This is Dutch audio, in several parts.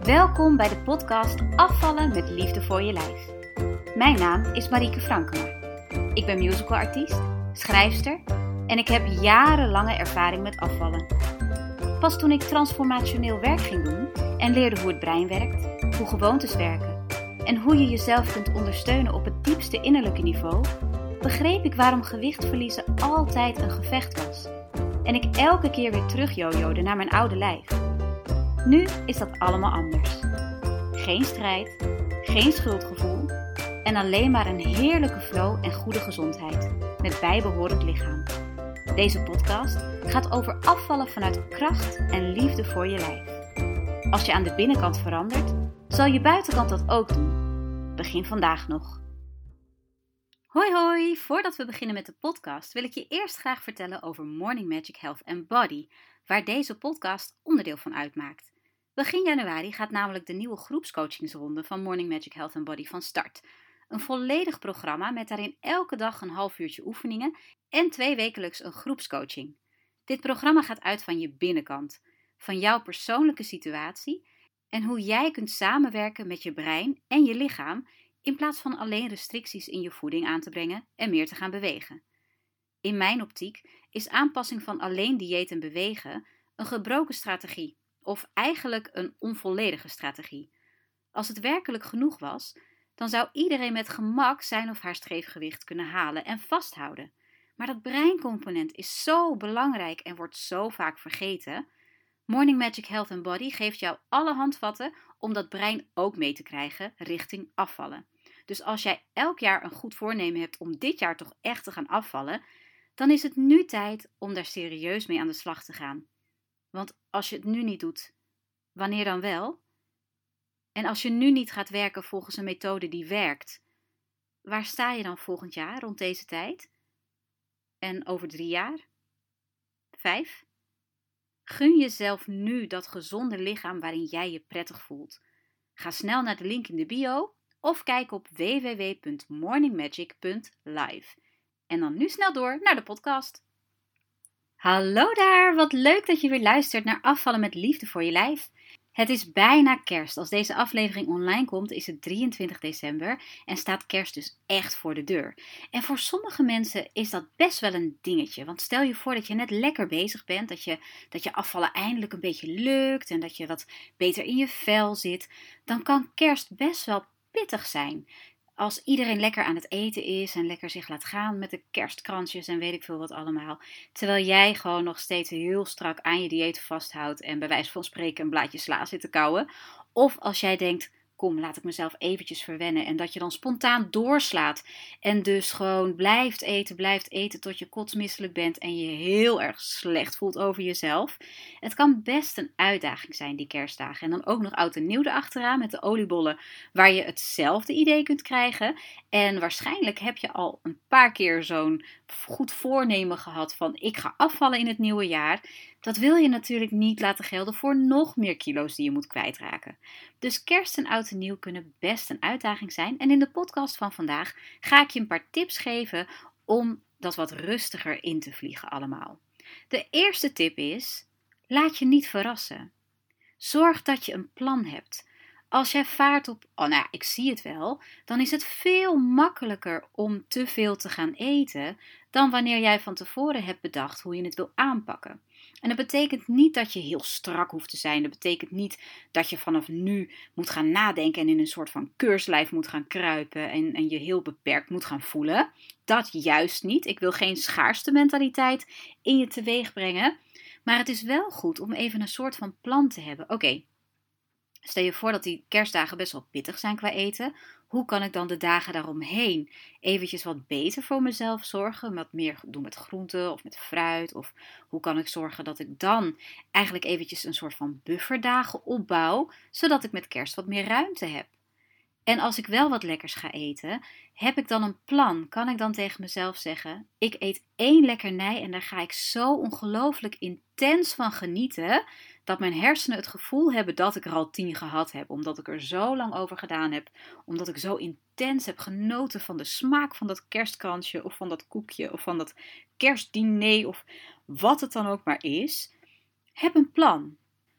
Welkom bij de podcast Afvallen met liefde voor je lijf. Mijn naam is Marieke Frankema. Ik ben musicalartiest, schrijfster en ik heb jarenlange ervaring met afvallen. Pas toen ik transformationeel werk ging doen en leerde hoe het brein werkt, hoe gewoontes werken en hoe je jezelf kunt ondersteunen op het diepste innerlijke niveau, begreep ik waarom gewicht verliezen altijd een gevecht was. En ik elke keer weer terugjojo'de naar mijn oude lijf. Nu is dat allemaal anders. Geen strijd, geen schuldgevoel en alleen maar een heerlijke flow en goede gezondheid met bijbehorend lichaam. Deze podcast gaat over afvallen vanuit kracht en liefde voor je lijf. Als je aan de binnenkant verandert, zal je buitenkant dat ook doen. Begin vandaag nog. Hoi hoi, voordat we beginnen met de podcast wil ik je eerst graag vertellen over Morning Magic Health and Body, waar deze podcast onderdeel van uitmaakt. Begin januari gaat namelijk de nieuwe groepscoachingsronde van Morning Magic Health and Body van start. Een volledig programma met daarin elke dag een half uurtje oefeningen en 2 wekelijks een groepscoaching. Dit programma gaat uit van je binnenkant, van jouw persoonlijke situatie en hoe jij kunt samenwerken met je brein en je lichaam in plaats van alleen restricties in je voeding aan te brengen en meer te gaan bewegen. In mijn optiek is aanpassing van alleen dieet en bewegen een gebroken strategie. Of eigenlijk een onvolledige strategie. Als het werkelijk genoeg was, dan zou iedereen met gemak zijn of haar streefgewicht kunnen halen en vasthouden. Maar dat breincomponent is zo belangrijk en wordt zo vaak vergeten. Morning Magic Health and Body geeft jou alle handvatten om dat brein ook mee te krijgen richting afvallen. Dus als jij elk jaar een goed voornemen hebt om dit jaar toch echt te gaan afvallen, dan is het nu tijd om daar serieus mee aan de slag te gaan. Want als je het nu niet doet, wanneer dan wel? En als je nu niet gaat werken volgens een methode die werkt, waar sta je dan volgend jaar rond deze tijd? En over 3 jaar? 5? Gun jezelf nu dat gezonde lichaam waarin jij je prettig voelt. Ga snel naar de link in de bio of kijk op www.morningmagic.live. En dan nu snel door naar de podcast. Hallo daar, wat leuk dat je weer luistert naar Afvallen met liefde voor je lijf. Het is bijna kerst. Als deze aflevering online komt is het 23 december en staat kerst dus echt voor de deur. En voor sommige mensen is dat best wel een dingetje. Want stel je voor dat je net lekker bezig bent, dat je afvallen eindelijk een beetje lukt en dat je wat beter in je vel zit. Dan kan kerst best wel pittig zijn. Als iedereen lekker aan het eten is en lekker zich laat gaan met de kerstkransjes en weet ik veel wat allemaal. Terwijl jij gewoon nog steeds heel strak aan je dieet vasthoudt en bij wijze van spreken een blaadje sla zit te kauwen. Of als jij denkt, kom laat ik mezelf eventjes verwennen en dat je dan spontaan doorslaat. En dus gewoon blijft eten tot je kotsmisselijk bent en je heel erg slecht voelt over jezelf. Het kan best een uitdaging zijn die kerstdagen. En dan ook nog oud en nieuw erachteraan met de oliebollen waar je hetzelfde idee kunt krijgen. En waarschijnlijk heb je al een paar keer zo'n goed voornemen gehad van ik ga afvallen in het nieuwe jaar. Dat wil je natuurlijk niet laten gelden voor nog meer kilo's die je moet kwijtraken. Dus kerst en oud en nieuw kunnen best een uitdaging zijn. En in de podcast van vandaag ga ik je een paar tips geven om dat wat rustiger in te vliegen allemaal. De eerste tip is, laat je niet verrassen. Zorg dat je een plan hebt. Als jij vaart op, ik zie het wel, dan is het veel makkelijker om te veel te gaan eten dan wanneer jij van tevoren hebt bedacht hoe je het wil aanpakken. En dat betekent niet dat je heel strak hoeft te zijn. Dat betekent niet dat je vanaf nu moet gaan nadenken en in een soort van keurslijf moet gaan kruipen en je heel beperkt moet gaan voelen. Dat juist niet. Ik wil geen schaarste mentaliteit in je teweeg brengen. Maar het is wel goed om even een soort van plan te hebben. Oké. Stel je voor dat die kerstdagen best wel pittig zijn qua eten. Hoe kan ik dan de dagen daaromheen eventjes wat beter voor mezelf zorgen? Wat meer doen met groenten of met fruit? Of hoe kan ik zorgen dat ik dan eigenlijk eventjes een soort van bufferdagen opbouw, zodat ik met kerst wat meer ruimte heb? En als ik wel wat lekkers ga eten, heb ik dan een plan? Kan ik dan tegen mezelf zeggen, ik eet 1 lekkernij en daar ga ik zo ongelooflijk intens van genieten, dat mijn hersenen het gevoel hebben dat ik er al 10 gehad heb, omdat ik er zo lang over gedaan heb, omdat ik zo intens heb genoten van de smaak van dat kerstkransje of van dat koekje of van dat kerstdiner of wat het dan ook maar is. Heb een plan.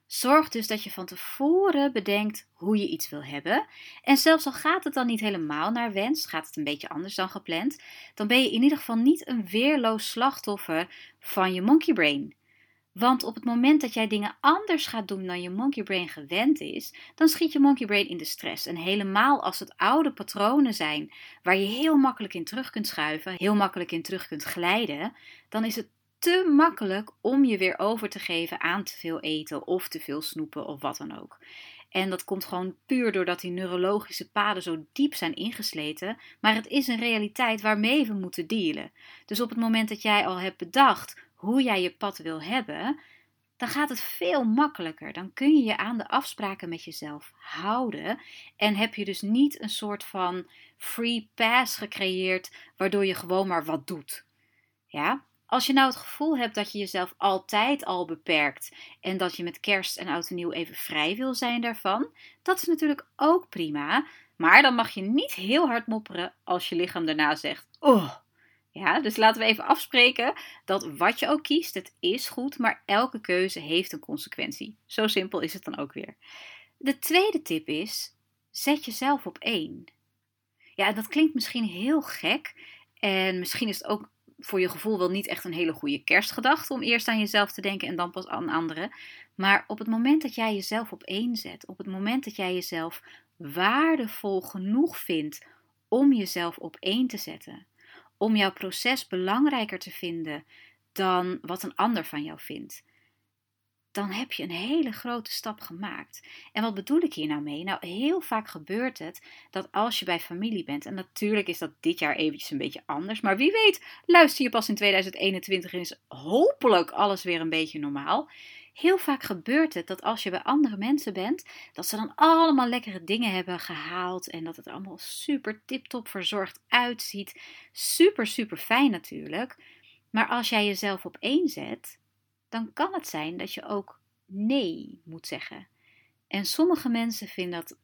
Zorg dus dat je van tevoren bedenkt hoe je iets wil hebben. En zelfs al gaat het dan niet helemaal naar wens, gaat het een beetje anders dan gepland, dan ben je in ieder geval niet een weerloos slachtoffer van je monkey brain. Want op het moment dat jij dingen anders gaat doen dan je monkey brain gewend is, dan schiet je monkey brain in de stress. En helemaal als het oude patronen zijn waar je heel makkelijk in terug kunt schuiven, heel makkelijk in terug kunt glijden, dan is het te makkelijk om je weer over te geven aan te veel eten of te veel snoepen of wat dan ook. En dat komt gewoon puur doordat die neurologische paden zo diep zijn ingesleten. Maar het is een realiteit waarmee we moeten dealen. Dus op het moment dat jij al hebt bedacht hoe jij je pad wil hebben, dan gaat het veel makkelijker. Dan kun je je aan de afspraken met jezelf houden. En heb je dus niet een soort van free pass gecreëerd, waardoor je gewoon maar wat doet. Ja? Als je nou het gevoel hebt dat je jezelf altijd al beperkt en dat je met kerst en oud en nieuw even vrij wil zijn daarvan, dat is natuurlijk ook prima. Maar dan mag je niet heel hard mopperen als je lichaam daarna zegt, oh. Ja, dus laten we even afspreken dat wat je ook kiest, het is goed, maar elke keuze heeft een consequentie. Zo simpel is het dan ook weer. De tweede tip is, zet jezelf op 1. Ja, dat klinkt misschien heel gek en misschien is het ook voor je gevoel wel niet echt een hele goede kerstgedachte om eerst aan jezelf te denken en dan pas aan anderen. Maar op het moment dat jij jezelf op 1 zet, op het moment dat jij jezelf waardevol genoeg vindt om jezelf op 1 te zetten, om jouw proces belangrijker te vinden dan wat een ander van jou vindt, dan heb je een hele grote stap gemaakt. En wat bedoel ik hier nou mee? Nou, heel vaak gebeurt het dat als je bij familie bent, en natuurlijk is dat dit jaar eventjes een beetje anders, maar wie weet luister je pas in 2021 en is hopelijk alles weer een beetje normaal. Heel vaak gebeurt het dat als je bij andere mensen bent, dat ze dan allemaal lekkere dingen hebben gehaald en dat het allemaal super tip-top verzorgd uitziet. Super, super fijn natuurlijk. Maar als jij jezelf op 1 zet, dan kan het zijn dat je ook nee moet zeggen. En sommige mensen vinden dat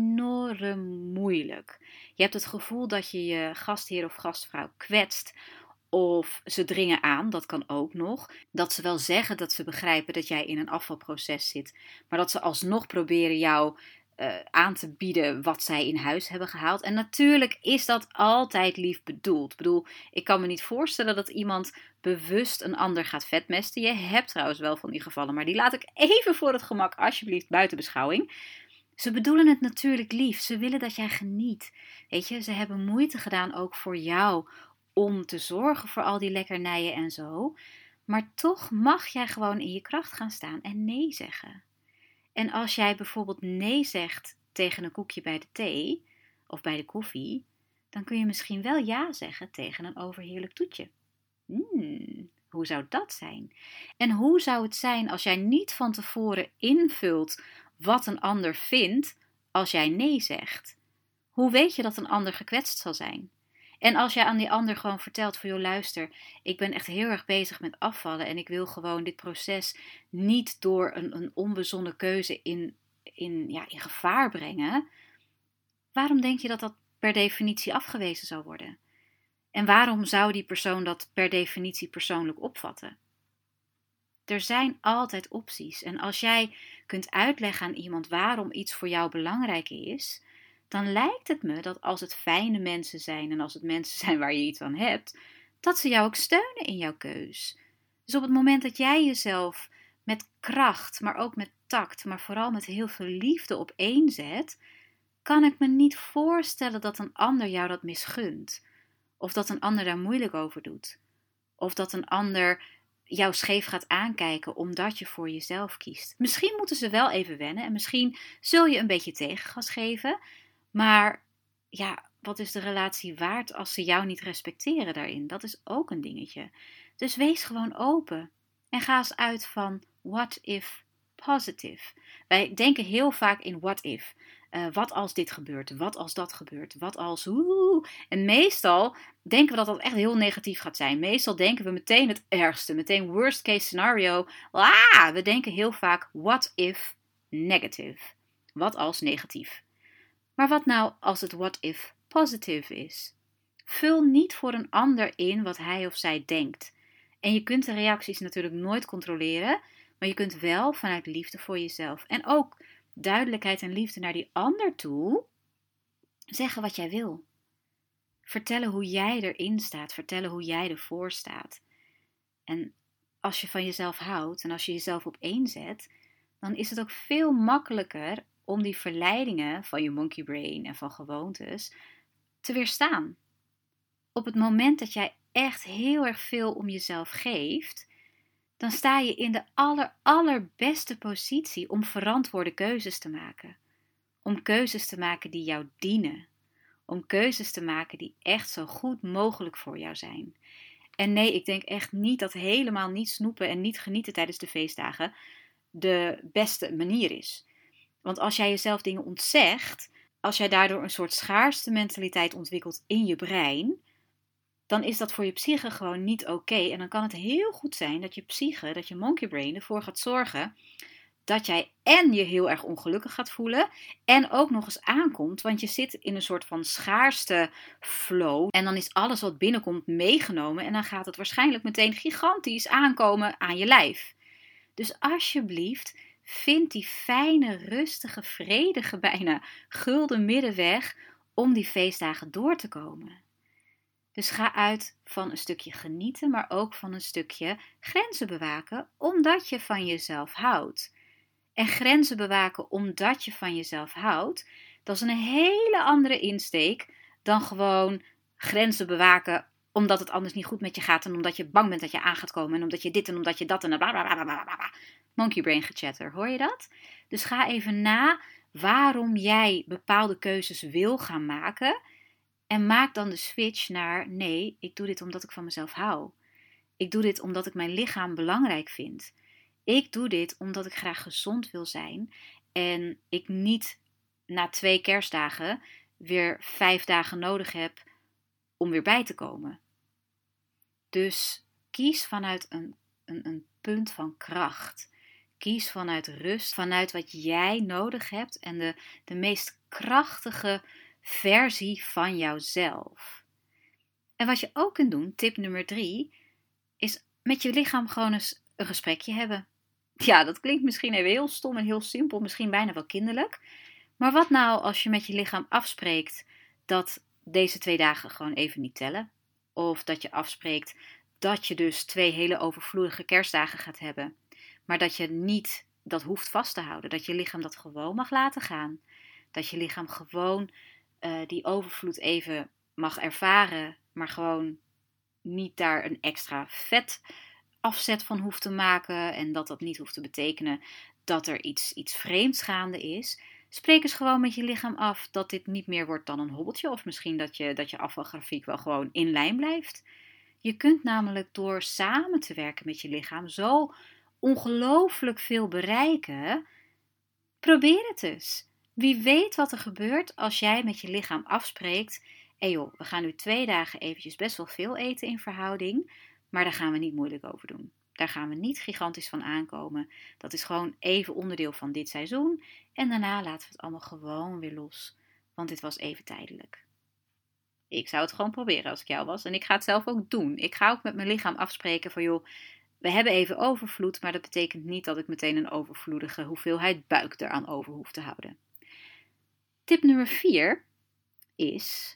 enorm moeilijk. Je hebt het gevoel dat je je gastheer of gastvrouw kwetst. Of ze dringen aan, dat kan ook nog. Dat ze wel zeggen dat ze begrijpen dat jij in een afvalproces zit. Maar dat ze alsnog proberen jou aan te bieden wat zij in huis hebben gehaald. En natuurlijk is dat altijd lief bedoeld. Ik bedoel, ik kan me niet voorstellen dat iemand bewust een ander gaat vetmesten. Je hebt trouwens wel van die gevallen, maar die laat ik even voor het gemak alsjeblieft buiten beschouwing. Ze bedoelen het natuurlijk lief. Ze willen dat jij geniet. Weet je, ze hebben moeite gedaan ook voor jou om te zorgen voor al die lekkernijen en zo. Maar toch mag jij gewoon in je kracht gaan staan en nee zeggen. En als jij bijvoorbeeld nee zegt tegen een koekje bij de thee of bij de koffie, dan kun je misschien wel ja zeggen tegen een overheerlijk toetje. Hoe zou dat zijn? En hoe zou het zijn als jij niet van tevoren invult wat een ander vindt als jij nee zegt? Hoe weet je dat een ander gekwetst zal zijn? En als jij aan die ander gewoon vertelt van, joh, luister, ik ben echt heel erg bezig met afvallen en ik wil gewoon dit proces niet door een onbezonnen keuze in gevaar brengen. Waarom denk je dat dat per definitie afgewezen zou worden? En waarom zou die persoon dat per definitie persoonlijk opvatten? Er zijn altijd opties. En als jij kunt uitleggen aan iemand waarom iets voor jou belangrijk is, dan lijkt het me dat als het fijne mensen zijn en als het mensen zijn waar je iets aan hebt, dat ze jou ook steunen in jouw keus. Dus op het moment dat jij jezelf met kracht, maar ook met tact, maar vooral met heel veel liefde op 1 zet, kan ik me niet voorstellen dat een ander jou dat misgunt. Of dat een ander daar moeilijk over doet. Of dat een ander jou scheef gaat aankijken omdat je voor jezelf kiest. Misschien moeten ze wel even wennen en misschien zul je een beetje tegengas geven. Maar ja, wat is de relatie waard als ze jou niet respecteren daarin? Dat is ook een dingetje. Dus wees gewoon open. En ga eens uit van what if positive. Wij denken heel vaak in what if. Wat als dit gebeurt? Wat als dat gebeurt? Wat als En meestal denken we dat dat echt heel negatief gaat zijn. Meestal denken we meteen het ergste. Meteen worst case scenario. We denken heel vaak what if negative. Wat als negatief. Maar wat nou als het what if positive is? Vul niet voor een ander in wat hij of zij denkt. En je kunt de reacties natuurlijk nooit controleren, Maar je kunt wel vanuit liefde voor jezelf en ook duidelijkheid en liefde naar die ander toe zeggen wat jij wil. Vertellen hoe jij erin staat, vertellen hoe jij ervoor staat. En als je van jezelf houdt en als je jezelf op één zet, dan is het ook veel makkelijker om die verleidingen van je monkey brain en van gewoontes te weerstaan. Op het moment dat jij echt heel erg veel om jezelf geeft, dan sta je in de allerbeste positie om verantwoorde keuzes te maken. Om keuzes te maken die jou dienen. Om keuzes te maken die echt zo goed mogelijk voor jou zijn. En nee, ik denk echt niet dat helemaal niet snoepen en niet genieten tijdens de feestdagen de beste manier is. Want als jij jezelf dingen ontzegt, als jij daardoor een soort schaarste mentaliteit ontwikkelt in je brein, dan is dat voor je psyche gewoon niet oké. En dan kan het heel goed zijn dat je psyche, dat je monkey brain ervoor gaat zorgen dat jij en je heel erg ongelukkig gaat voelen en ook nog eens aankomt, want je zit in een soort van schaarste flow en dan is alles wat binnenkomt meegenomen en dan gaat het waarschijnlijk meteen gigantisch aankomen aan je lijf. Dus alsjeblieft, vind die fijne, rustige, vredige, bijna gulden middenweg om die feestdagen door te komen. Dus ga uit van een stukje genieten, maar ook van een stukje grenzen bewaken, omdat je van jezelf houdt. En grenzen bewaken omdat je van jezelf houdt, dat is een hele andere insteek dan gewoon grenzen bewaken omdat het anders niet goed met je gaat en omdat je bang bent dat je aan gaat komen en omdat je dit en omdat je dat en blablabla. Monkey brain gechatter, hoor je dat? Dus ga even na waarom jij bepaalde keuzes wil gaan maken en maak dan de switch naar nee, ik doe dit omdat ik van mezelf hou. Ik doe dit omdat ik mijn lichaam belangrijk vind. Ik doe dit omdat ik graag gezond wil zijn en ik niet na 2 kerstdagen weer 5 dagen nodig heb om weer bij te komen. Dus kies vanuit een punt van kracht. Kies vanuit rust, vanuit wat jij nodig hebt en de meest krachtige versie van jouzelf. En wat je ook kunt doen, tip nummer 3, is met je lichaam gewoon eens een gesprekje hebben. Ja, dat klinkt misschien even heel stom en heel simpel, misschien bijna wel kinderlijk. Maar wat nou als je met je lichaam afspreekt dat deze 2 dagen gewoon even niet tellen? Of dat je afspreekt dat je dus 2 hele overvloedige kerstdagen gaat hebben. Maar dat je niet dat hoeft vast te houden. Dat je lichaam dat gewoon mag laten gaan. Dat je lichaam gewoon die overvloed even mag ervaren. Maar gewoon niet daar een extra vet afzet van hoeft te maken. En dat niet hoeft te betekenen dat er iets vreemds gaande is. Spreek eens gewoon met je lichaam af dat dit niet meer wordt dan een hobbeltje. Of misschien dat je afvalgrafiek wel gewoon in lijn blijft. Je kunt namelijk door samen te werken met je lichaam zo ongelooflijk veel bereiken. Probeer het eens. Wie weet wat er gebeurt als jij met je lichaam afspreekt. Joh, we gaan nu 2 dagen eventjes best wel veel eten in verhouding. Maar daar gaan we niet moeilijk over doen. Daar gaan we niet gigantisch van aankomen. Dat is gewoon even onderdeel van dit seizoen. En daarna laten we het allemaal gewoon weer los. Want dit was even tijdelijk. Ik zou het gewoon proberen als ik jou was. En ik ga het zelf ook doen. Ik ga ook met mijn lichaam afspreken van joh, we hebben even overvloed. Maar dat betekent niet dat ik meteen een overvloedige hoeveelheid buik eraan over hoef te houden. Tip nummer 4 is,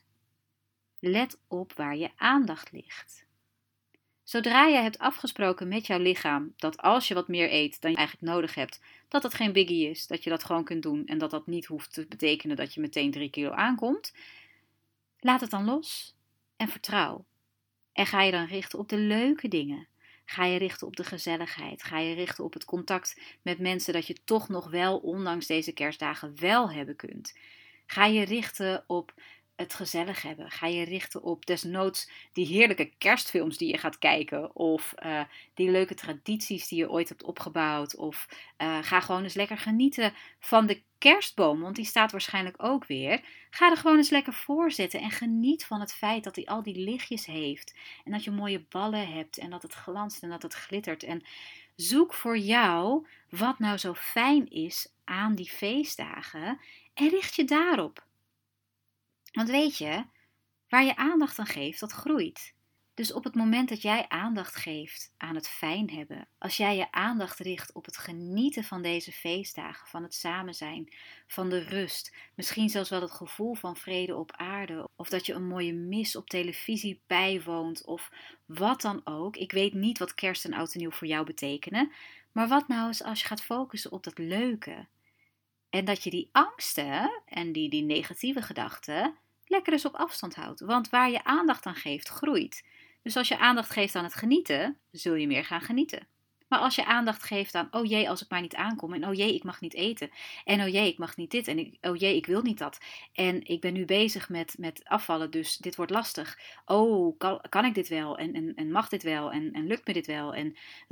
let op waar je aandacht ligt. Zodra je hebt afgesproken met jouw lichaam dat als je wat meer eet dan je eigenlijk nodig hebt, dat dat geen biggie is, dat je dat gewoon kunt doen en dat dat niet hoeft te betekenen dat je meteen 3 kilo aankomt, laat het dan los en vertrouw. En ga je dan richten op de leuke dingen. Ga je richten op de gezelligheid. Ga je richten op het contact met mensen dat je toch nog wel, ondanks deze kerstdagen, wel hebben kunt. Ga je richten op het gezellig hebben. Ga je richten op desnoods die heerlijke kerstfilms die je gaat kijken. Of die leuke tradities die je ooit hebt opgebouwd. Of ga gewoon eens lekker genieten van de kerstboom. Want die staat waarschijnlijk ook weer. Ga er gewoon eens lekker voor zitten. En geniet van het feit dat hij al die lichtjes heeft. En dat je mooie ballen hebt. En dat het glanst en dat het glittert. En zoek voor jou wat nou zo fijn is aan die feestdagen. En richt je daarop. Want weet je, waar je aandacht aan geeft, dat groeit. Dus op het moment dat jij aandacht geeft aan het fijn hebben, als jij je aandacht richt op het genieten van deze feestdagen, van het samen zijn, van de rust, misschien zelfs wel het gevoel van vrede op aarde, of dat je een mooie mis op televisie bijwoont, of wat dan ook. Ik weet niet wat kerst en oud en nieuw voor jou betekenen, maar wat nou eens als je gaat focussen op dat leuke? En dat je die angsten en die negatieve gedachten lekker eens op afstand houdt. Want waar je aandacht aan geeft, groeit. Dus als je aandacht geeft aan het genieten, zul je meer gaan genieten. Maar als je aandacht geeft aan, oh jee, als ik maar niet aankom. En oh jee, ik mag niet eten. En oh jee, ik mag niet dit. En oh jee, ik wil niet dat. En ik ben nu bezig met afvallen, dus dit wordt lastig. Oh, kan ik dit wel? En mag dit wel? En lukt me dit wel? En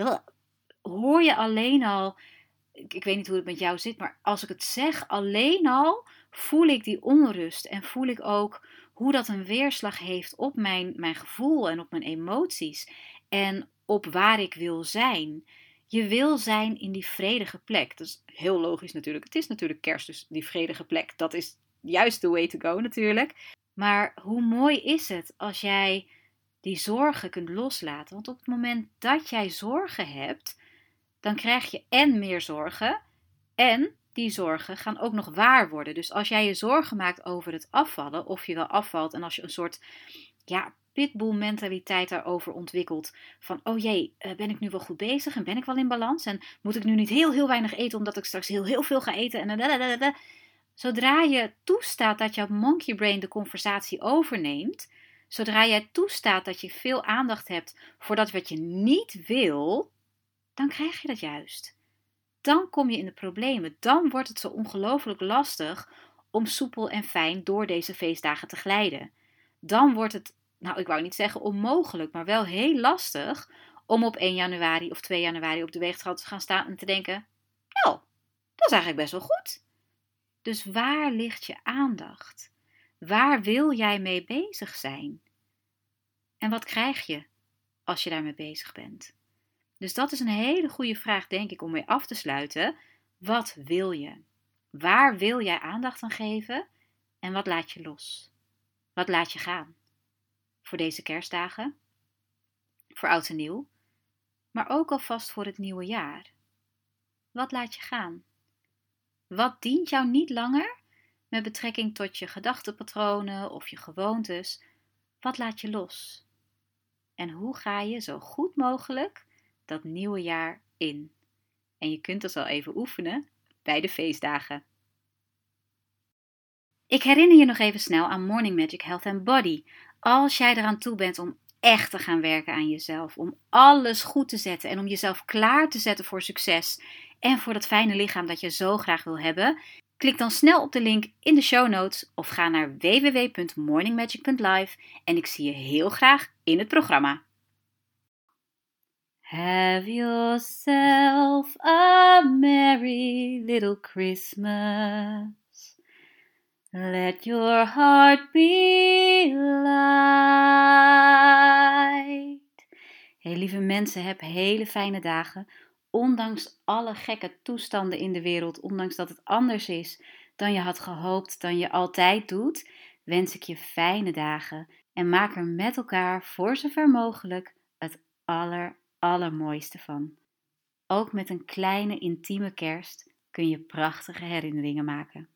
hoor je alleen al, ik weet niet hoe het met jou zit, maar als ik het zeg, alleen al voel ik die onrust en voel ik ook hoe dat een weerslag heeft op mijn gevoel en op mijn emoties en op waar ik wil zijn. Je wil zijn in die vredige plek. Dat is heel logisch natuurlijk. Het is natuurlijk kerst, dus die vredige plek, dat is juist the way to go natuurlijk. Maar hoe mooi is het als jij die zorgen kunt loslaten? Want op het moment dat jij zorgen hebt, dan krijg je en meer zorgen en die zorgen gaan ook nog waar worden. Dus als jij je zorgen maakt over het afvallen, of je wel afvalt en als je een soort pitbull mentaliteit daarover ontwikkelt, van oh jee, ben ik nu wel goed bezig en ben ik wel in balans en moet ik nu niet heel weinig eten omdat ik straks heel veel ga eten en zodra je toestaat dat jouw monkey brain de conversatie overneemt, zodra jij toestaat dat je veel aandacht hebt voor dat wat je niet wil, dan krijg je dat juist. Dan kom je in de problemen. Dan wordt het zo ongelooflijk lastig om soepel en fijn door deze feestdagen te glijden. Dan wordt het, nou ik wou niet zeggen onmogelijk, maar wel heel lastig om op 1 januari of 2 januari op de weegschaal te gaan staan en te denken, nou, dat is eigenlijk best wel goed. Dus waar ligt je aandacht? Waar wil jij mee bezig zijn? En wat krijg je als je daarmee bezig bent? Dus dat is een hele goede vraag, denk ik, om mee af te sluiten. Wat wil je? Waar wil jij aandacht aan geven? En wat laat je los? Wat laat je gaan? Voor deze kerstdagen? Voor oud en nieuw? Maar ook alvast voor het nieuwe jaar. Wat laat je gaan? Wat dient jou niet langer met betrekking tot je gedachtenpatronen of je gewoontes? Wat laat je los? En hoe ga je zo goed mogelijk dat nieuwe jaar in? En je kunt dus al even oefenen bij de feestdagen. Ik herinner je nog even snel aan Morning Magic Health and Body. Als jij eraan toe bent om echt te gaan werken aan jezelf, om alles goed te zetten en om jezelf klaar te zetten voor succes en voor dat fijne lichaam dat je zo graag wil hebben, klik dan snel op de link in de show notes of ga naar www.morningmagic.live en ik zie je heel graag in het programma. Have yourself a merry little Christmas. Let your heart be light. Hey lieve mensen, heb hele fijne dagen. Ondanks alle gekke toestanden in de wereld, ondanks dat het anders is dan je had gehoopt, dan je altijd doet, wens ik je fijne dagen en maak er met elkaar voor zover mogelijk het allermooiste van. Ook met een kleine intieme kerst kun je prachtige herinneringen maken.